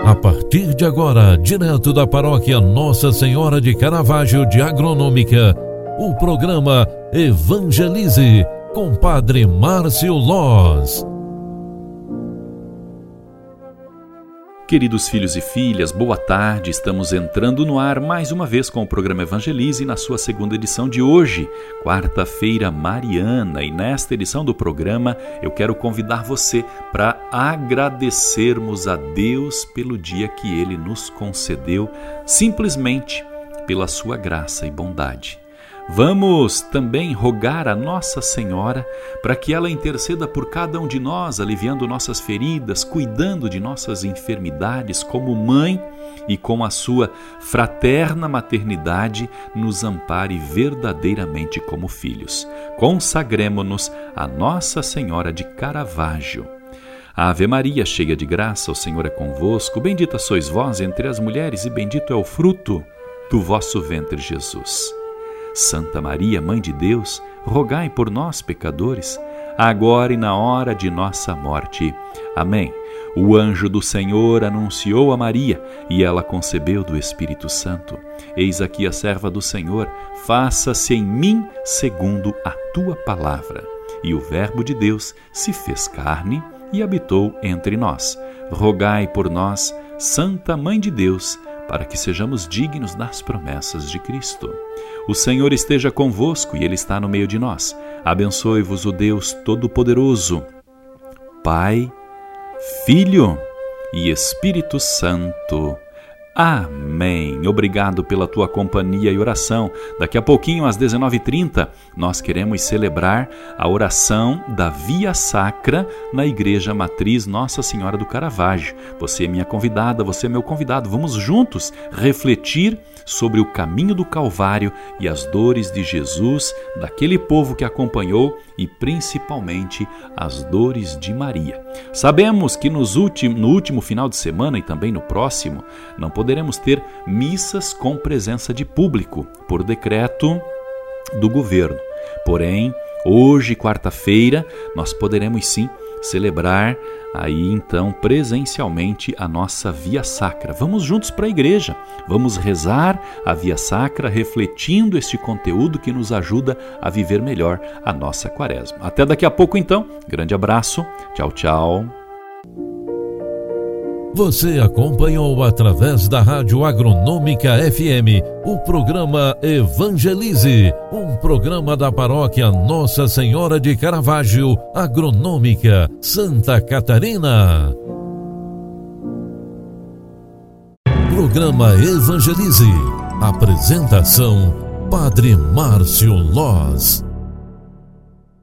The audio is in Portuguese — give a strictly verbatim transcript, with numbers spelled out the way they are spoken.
A partir de agora, direto da paróquia Nossa Senhora de Caravaggio de Agronômica, o programa Evangelize com Padre Márcio Loz. Queridos filhos e filhas, boa tarde. Estamos entrando no ar mais uma vez com o programa Evangelize na sua segunda edição de hoje, quarta-feira mariana. E nesta edição do programa eu quero convidar você para agradecermos a Deus pelo dia que Ele nos concedeu, simplesmente pela sua graça e bondade. Vamos também rogar a Nossa Senhora para que ela interceda por cada um de nós, aliviando nossas feridas, cuidando de nossas enfermidades, como mãe, e com a sua fraterna maternidade nos ampare verdadeiramente como filhos. Consagremo-nos a Nossa Senhora de Caravaggio. Ave Maria, cheia de graça, o Senhor é convosco. Bendita sois vós entre as mulheres e bendito é o fruto do vosso ventre, Jesus. Santa Maria, Mãe de Deus, rogai por nós, pecadores, agora e na hora de nossa morte. Amém. O anjo do Senhor anunciou a Maria, e ela concebeu do Espírito Santo. Eis aqui a serva do Senhor, faça-se em mim segundo a tua palavra. E o Verbo de Deus se fez carne e habitou entre nós. Rogai por nós, Santa Mãe de Deus, para que sejamos dignos das promessas de Cristo. O Senhor esteja convosco e Ele está no meio de nós. Abençoe-vos o Deus Todo-Poderoso, Pai, Filho e Espírito Santo. Amém. Obrigado pela tua companhia e oração. Daqui a pouquinho, às dezenove e trinta, nós queremos celebrar a oração da Via Sacra na Igreja Matriz Nossa Senhora do Caravaggio. Você é minha convidada, você é meu convidado. Vamos juntos refletir sobre o caminho do Calvário e as dores de Jesus, daquele povo que acompanhou, e principalmente as dores de Maria. Sabemos que nos últimos, no último final de semana e também no próximo, não poderemos ter missas com presença de público, por decreto do governo. Porém, hoje, quarta-feira, nós poderemos sim celebrar aí então presencialmente a nossa Via Sacra. Vamos juntos para a igreja, vamos rezar a Via Sacra, refletindo este conteúdo que nos ajuda a viver melhor a nossa quaresma. Até daqui a pouco então, grande abraço, tchau, tchau. Você acompanhou através da Rádio Agronômica F M o programa Evangelize, um programa da paróquia Nossa Senhora de Caravaggio, Agronômica, Santa Catarina. Programa Evangelize. Apresentação: Padre Márcio Loz.